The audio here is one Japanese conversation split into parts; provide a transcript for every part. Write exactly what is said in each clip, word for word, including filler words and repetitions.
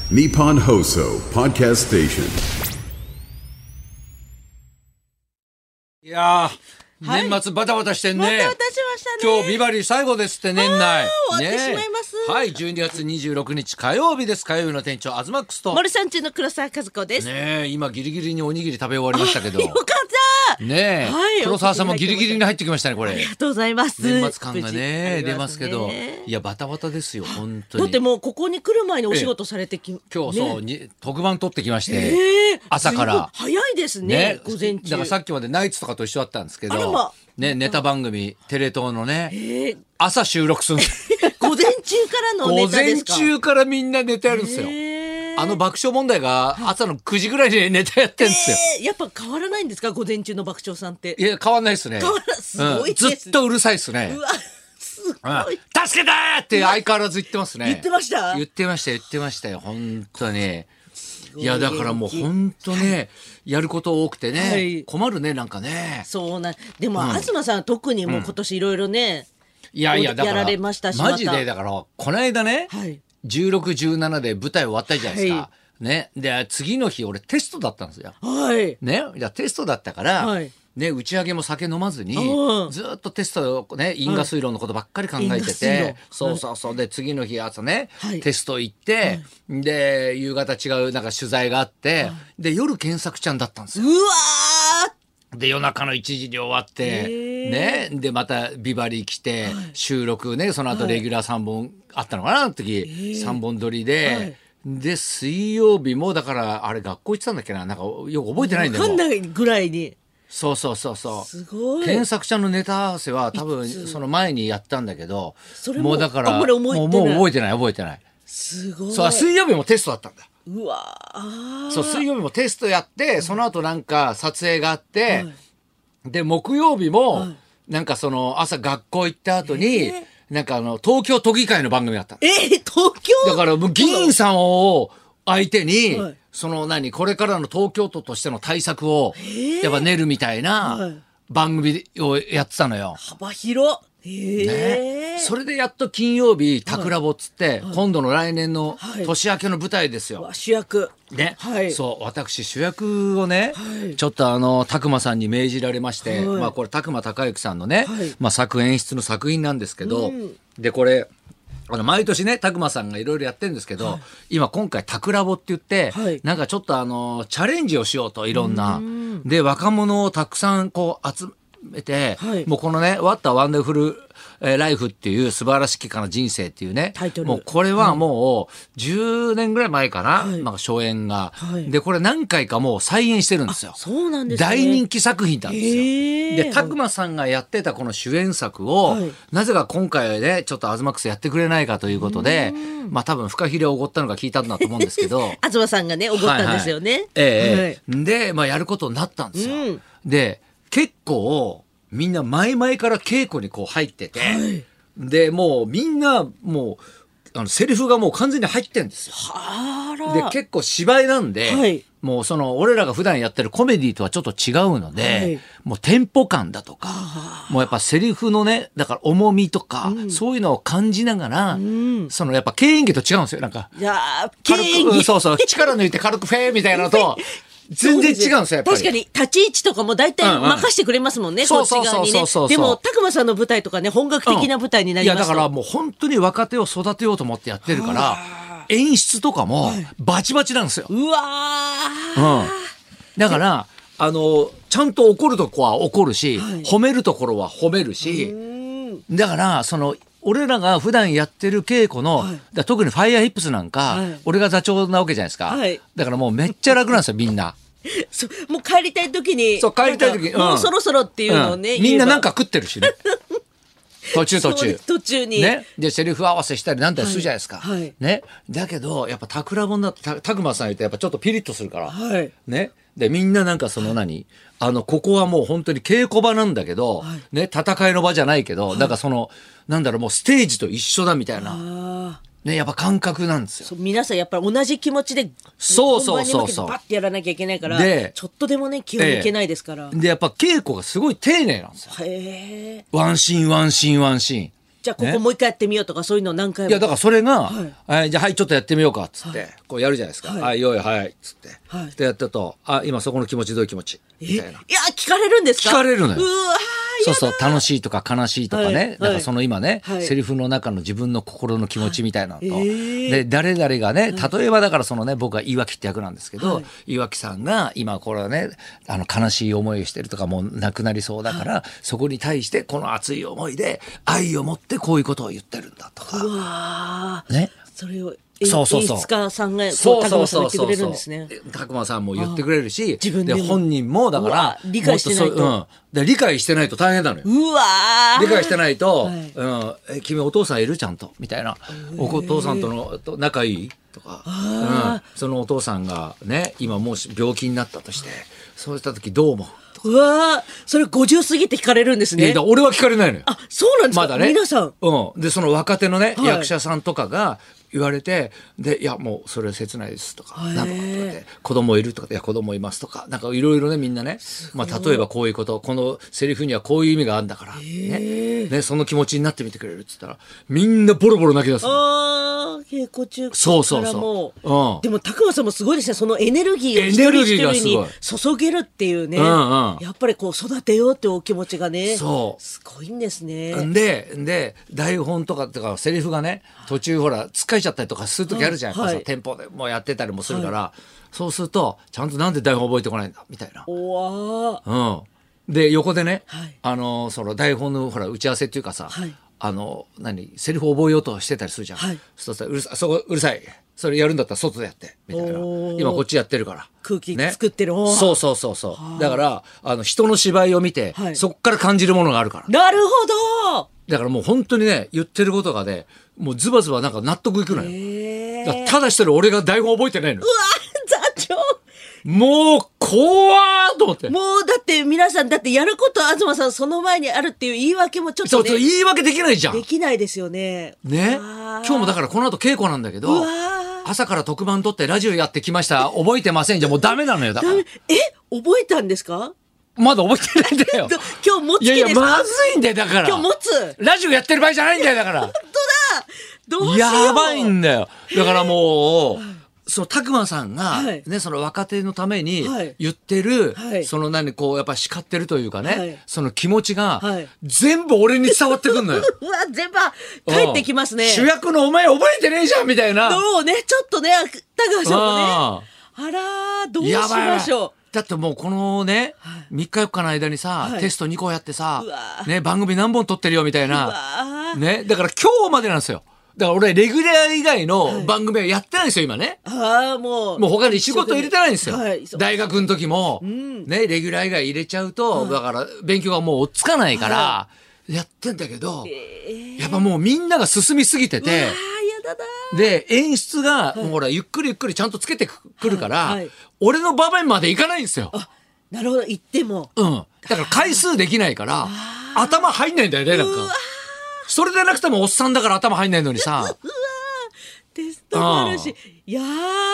Nippon Hoso Podcast Station。 いやー、 はい年末バタバタしてんね。 バタバタしましたね。 今日ビバリー最後ですって年内。 あー終わってしまいますはい、じゅうにがつにじゅうろくにち火曜日です。火曜日の店長アズマックスと。 森さん中の黒沢和子です。 ねえ、今ギリギリにおにぎり食べ終わりましたけど。 よかった。 ねえ、 はい黒沢さんもギリギリに入ってきましたねこれ。 ありがとうございます。 年末感が無事ねあり出ますけど、 ねいやバタバタですよ本当に。 だってもうここに来る前にお仕事されてき、 今日そう、 ねに特番撮ってきまして、 えー朝からすごい早いですね午前中。 だからさっきまでナイツとかと一緒だったんですけど、 あらまね、ネタ番組テレ東のね、 えー朝収録するんです午前中からのネ午前タですか。 中からみんなネタやるんですよ。 えーあの爆笑問題が朝のくじぐらいにネタやってるんですよ。 えーやっぱ変わらないんですか午前中の爆笑さんって。 いや変わんないですね。 変わらすごいですねうんずっとうるさいですねう。わすごい、 うん助けてーって相変わらず言ってますね。 言ってました言ってました言ってましたよ本当に。いやだからもう本当ねやること多くてね、 はい困るねなんかね。 そうなんでも、 うん東さんは特にもう今年いろいろね、 いやいやだからやられましたしマジまたでだからこの間ね、 はいじゅうろく、じゅうしちで舞台終わったじゃないですか。 はねで次の日俺テストだったんですよ。 はいね、いやテストだったから、 はいね、打ち上げも酒飲まずにうんずっとテストをね因果推論のことばっかり考えて因果推て、 論そうそうそうで次の日朝ね、 はいテスト行って、で夕方違うなんか取材があって、で夜検索ちゃんだったんですよ。 うわーで夜中のいちじに終わって、 へね、でまたビバリー来て、収録ねその後レギュラーさんぼんあったのかなあの時、さんぼん撮りで、 はいで水曜日もだからあれ学校行ってたんだっけななんかよく覚えてないんだよ。 わかんないぐらいにそうそうそうそう。 すごい検索ちゃんのネタ合わせは多分その前にやったんだけど、 それもうだからあんまり覚えてないもうもう覚えてない覚えてない。 すごいそう水曜日もテストだったんだ。 うわーそう水曜日もテストやってその後なんか撮影があって、で木曜日もなんかその朝学校行った後に、なんかあの東京都議会の番組だったの。 えー、東京だからもう議員さんを相手に、 はいその何これからの東京都としての対策をやっぱ練るみたいはない番組をやってたのよ。 幅広へえね、それでやっと金曜日「タクラボ」っつって、今度の来年のはい年明けの舞台ですよ。 主役ねはいそう私主役をね、 はいちょっとあの拓磨さんに命じられまして、 はいまあこれ拓磨孝之さんのね、 はいまあ、作演出の作品なんですけど、 うんでこれあの毎年ね拓磨さんがいろいろやってるんですけど、今今回「タクラボ」って言って、 はいなんかちょっとあのチャレンジをしようといろんなで若者をたくさんこう集めて、 はいもうこのね「What a Wonderful Life」っていう素晴らしきかな人生っていうねタイトルもうこれはもうじゅうねんぐらい前かな、 はいなんか初演が、 はいでこれ何回かもう再演してるんですよ。 そうなんですね大人気作品なんですよ。 へーで拓磨さんがやってたこの主演作を、 はいなぜか今回ねちょっとアズマックスやってくれないかということでまあ多分フカヒレをおごったのが聞いたんだと思うんですけど東さんがねおごったんですよね、 はいはいええはいで、まあ、やることになったんですよ。 うんで結構みんな前々から稽古にこう入ってて、でもうみんなもうあのセリフがもう完全に入ってるんですよ。 あらで結構芝居なんで、 はいもうその俺らが普段やってるコメディとはちょっと違うので、 はいもうテンポ感だとかもうやっぱセリフのねだから重みとか、そういうのを感じながら、そのやっぱ敬演技と違うんですよなんかいやー軽く敬遠うんそうそう力抜いて軽くフェーみたいなのと全然違うんですよやっぱり。 確かに立ち位置とかも大体うんうん任してくれますもんね、 そうそうこっち側にねそうそうそうでも拓磨さんの舞台とかね本格的な舞台になりますと、 いやだからもう本当に若手を育てようと思ってやってるから演出とかもバチバチなんですよ。 うわうー、 ん、だからあのちゃんと怒るとこは怒るし、 はい褒めるところは褒めるし、だからその俺らが普段やってる稽古の、 はいだから特にファイヤーヒップスなんか、 はい俺が座長なわけじゃないですか、 はいだからもうめっちゃ楽なんですよみんな。 そもう帰りたい時にそう帰りたい時うんなんかもうそろそろっていうのをね、 うんみんななんかか食ってるしね途中途中途中に、 ね、でセリフ合わせしたりなんだりするじゃないですか、 はいはいね、だけどやっぱタクラボになってた拓磨さん言ってやっぱちょっとピリッとするから、 はいね、でみんななんかその何、あのここはもう本当に稽古場なんだけど、ね、戦いの場じゃないけど、だからそのなんだろうもうステージと一緒だみたいな、 あね、やっぱ感覚なんですよ。 そう皆さんやっぱり同じ気持ちでそうそうそうそう本番に向けてバッてやらなきゃいけないからでちょっとでもね気を抜けないですから、 でやっぱ稽古がすごい丁寧なんですよ。 へえワンシーンワンシーンワンシーンじゃあここもう一回やってみようとかそういうの何回も。 いやだからそれが、 はいえーじゃあはいちょっとやってみようかっつって、 はいこうやるじゃないですか。 はいはい、よいはいっつって、 はいでやったと、あ今そこの気持ちどういう気持ちみたいな。 いや聞かれるんですか。 聞かれるのようわーそうそう楽しいとか悲しいとかね、 はいはいなんかその今ね、 はいセリフの中の自分の心の気持ちみたいなのと、 はいえーで誰々がね例えばだからそのね僕は岩木って役なんですけど、 はい岩木さんが今これはねあの悲しい思いをしてるとかもう亡くなりそうだから、そこに対してこの熱い思いで愛を持ってこういうことを言ってるんだとかうわーね。 それをえそうそうそう演出家さんがこそうう高間さんが言ってくれるそうんですね。 拓磨さんも言ってくれるし、 自分でも本人もだかうわら理解してないともっそううん、で理解してないと大変なのよ。 うわー理解してないと、 はいうん、え君お父さんいるちゃんとみたいな、お父さんとのと仲いいとか、うん、そのお父さんがね今もし病気になったとしてそうした時どう思うとか、 うわーそれごじゅう過ぎて聞かれるんですねいやだから俺は聞かれないのよ。 あそうなんですか、 まだね皆さんうん、でその若手のね、 はい役者さんとかが言われてでいやもうそれ切ないですとかへーなんとかとかって子供いるとかいや子供いますとかなんかいろいろねみんなね、まあ、例えばこういうことこのセリフにはこういう意味があるんだから、ねね、その気持ちになってみてくれるっつったらみんなボロボロ泣き出すの。 あー稽古中からもそうそうそううんでも拓磨さんもすごいですねそのエネルギーを一エネル人一ギーがすごい人に注げるっていうね、 うんうんやっぱりこう育てようっていうお気持ちがねそうすごいんですね。 でで台本とかってかセリフがね途中ほらつっかえちゃったりとかする時あるじゃん、 はいやっぱさテンポでもうやってたりもするから、そうするとちゃんとなんで台本覚えてこないんだみたいな。 おわーうん、で横でね、 はいあのその台本のほら打ち合わせっていうかさ、 はいあの何セリフ覚えようとしてたりするじゃん、 はいそうしたらうるさそこうるさいそれやるんだったら外でやってみたいなおー今こっちやってるから空気作ってるおーそうそうそうそうだからあの人の芝居を見て、 はいそこから感じるものがあるからなるほどだからもう本当にね言ってることがねもうズバズバなんか納得いくのよ、 えー、 だからただ一人俺が台本覚えてないのうわ座長もう怖ーと思ってもうだって皆さんだってやること東さんその前にあるっていう言い訳もちょっそうそうとね言い訳できないじゃんできないですよね。 ねあー今日もだからこの後稽古なんだけうどわー朝から特番撮ってラジオやってきました覚えてませんじゃもうダメなのよだからダメえ覚えたんですかまだ覚えてないんだよど今日持ついやいや気ですかまずいんだよだから今日持つラジオやってる場合じゃないんだよだからどうしようやばいんだよだからもうその拓磨さんが、 はいね、その若手のためにはい言ってる、 はいその何こうやっぱ叱ってるというかね、 はいその気持ちが、 はい全部俺に伝わってくんのようわ全部帰ってきますね。 主役のお前覚えてねえじゃんみたいなどうねちょっとね高橋さんもねああらーどうしやばいやばいましょう。 だってもうこのね、 はいみっかよっかの間にさ、 はいテストにこやってさうわ、 ね、番組何本撮ってるよみたいうな、 わーね、だから今日までなんですよ。だから俺レギュラー以外の番組はやってないんですよ今ね。 あーもうもう他に仕事入れてないんですよ。 はい大学の時も、 んね、レギュラー以外入れちゃうと、だから勉強がもう追っつかないから、やってんだけど、やっぱもうみんなが進みすぎてて、 あーやだなで、演出が、もうほら、ゆっくりゆっくりちゃんとつけてくるから、 はいはい俺の場面までいかないんですよ。 あなるほど言ってもうん。だから回数できないから、頭入んないんだよね、なんか。それでなくてもおっさんだから頭入んないのにさ。 テストもあるしいやー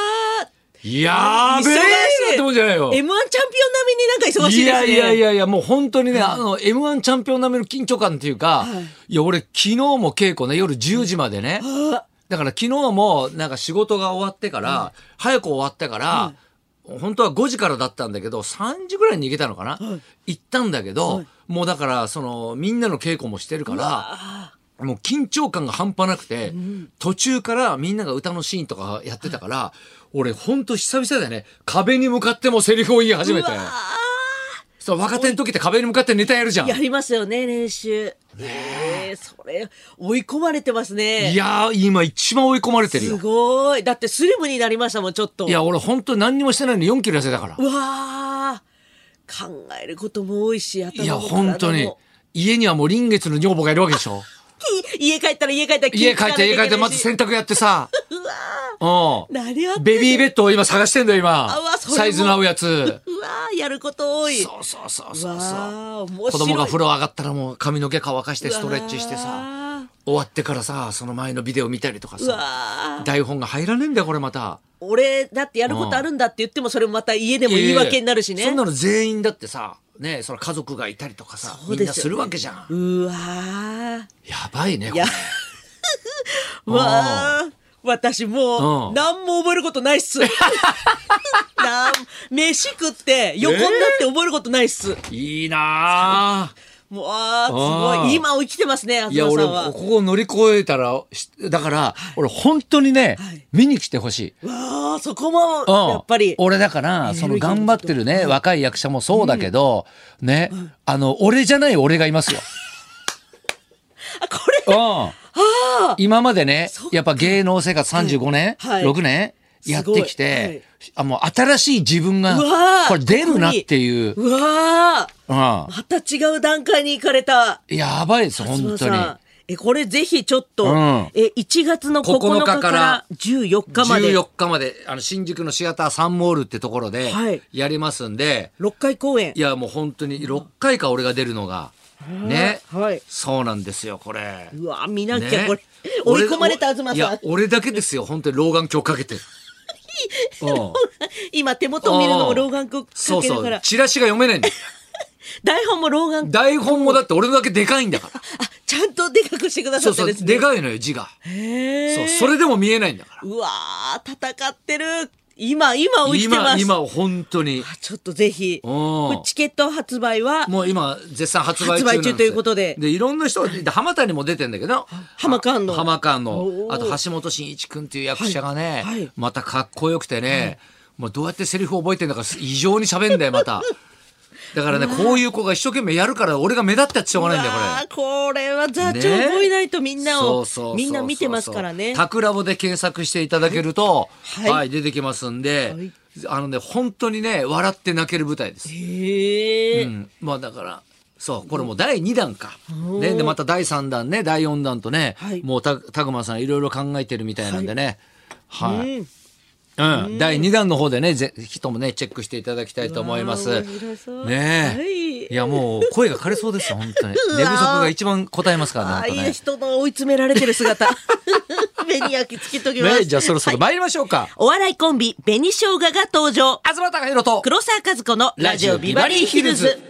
やーべえなってもんじゃないよ。 エムワン チャンピオン並みになんか忙しいいですね。 やいやいやいや、もう本当にね、あの、エムワン チャンピオン並みの緊張感っていうか、 はいいや、俺昨日も稽古ね、夜じゅうじまでね。 あだから昨日もなんか仕事が終わってから、早く終わってから、本当はごじからだったんだけど、さんじぐらいに行けたのかな、行ったんだけど、もうだから、その、みんなの稽古もしてるから、もう緊張感が半端なくて、途中からみんなが歌のシーンとかやってたから、俺ほんと久々だよね。壁に向かってもセリフを言い始めて。そう、若手の時って壁に向かってネタやるじゃん。 やりますよね練習。ねえそれ追い込まれてますね。 いやー、今一番追い込まれてるすよ。 ごい。だってスリムになりましたもんちょっと。 いや、俺本当に何にもしてないのによんキロ痩せたから。 うわー考えることも多いし頭もいや、 体も本当に。家にはもう臨月の女房がいるわけでしょ。 い家帰ったら家帰ったら家帰って家帰ってまずう洗濯やってさ。 わうん。 何やってんのベビーベッドを今探してんだよ今あうわそれもサイズの合うやつ。 うわーやること多い。 そうそうそうそううわそう。 ー面白い子供が風呂上がったらもう髪の毛乾かしてストレッチしてうさ。 わ終わってからさ、その前のビデオ見たりとかーうさ。 わー台本が入らねえんだよこれまた。 俺だってやることあるんだって言ってもそれもまた家でも言い訳になるしね。 そんなの全員だってさ、 ねその家族がいたりとかさ、 そうですよねみんなするわけじゃん。 うわーやばいねこれ。 いやわー私もううん何も覚えることないっすなん飯食って横になって覚えることないっす、 いいなー。 もうあーすうんごい今を生きてますねいや俺東さんは。 ここを乗り越えたらしだから俺本当にね、 はい見に来てほしい。 わあそこもうんやっぱり、 俺だからその頑張ってるね、 はい若い役者もそうだけど、ね、あの俺じゃない俺がいますよ。 あこれうん今までねやっぱ芸能生活さんじゅうごねん、 はいろくねんやってきて、あもう新しい自分がうわーこれ出るなっていう、 うわーうん、 また違う段階に行かれたやばいです本当に。 松村さんえこれぜひちょっと、 うんえいちがつのここのかからじゅうよっかまでじゅうよっかまであの新宿のシアターサンモールってところではいやりますんで、 ろっかい公演いやもう本当にろっかいか俺が出るのがね、 はいそうなんですよこれ。 うわ見なきゃ、 ねこれ追い込まれた東さんいや俺だけですよ本当に老眼鏡かけてる。うん今手元を見るのも老眼鏡かそうそけながらうチラシが読めないんだよ。 台本も老眼鏡台本もだって俺のだけでかいんだから。 あちゃんとでかくしてくださそうそうってですねでかいのよ字が。 へーそうそれでも見えないんだから。 うわー戦ってる今今を生きてます。 今今本当にあちょっとぜひこれチケット発売はもう今絶賛発売中なんですよ。 発売中ということででいろんな人で浜谷も出てんだけど浜館の浜館のおーあと橋本真一君っていう役者がね、 はいはいまたかっこよくてね、もうどうやってセリフ覚えてんだか異常に喋んだよまた。だからねこういう子が一生懸命やるから俺が目立ったってしょうがないんだよこれ。 うわーこれは座長ね覚えないとみんなをそうそうそうそうみんな見てますからね。 タクラボで検索していただけると、 はいはい、出てきますんで、 はいあのね本当にね笑って泣ける舞台です。 へえ、 うん、まあだからそうこれもうだいにだんか、ね、でまただいさんだんねだいよんだんとね、 はいもうたたぐまさんいろいろ考えてるみたいなんでね、はい、 うんうん、だいにだんの方でねぜひともねチェックしていただきたいと思います。 うわー面白そうねえ、 はいいやもう声が枯れそうですよ本当に。寝不足が一番答えますからねああいい本当ね。 人の追い詰められてる姿目に焼き付けときます、 ねじゃあそろそろ参りましょうか。 お笑いコンビ紅生姜が登場。 東貴博と黒沢和子のラジオビバリーヒルズ。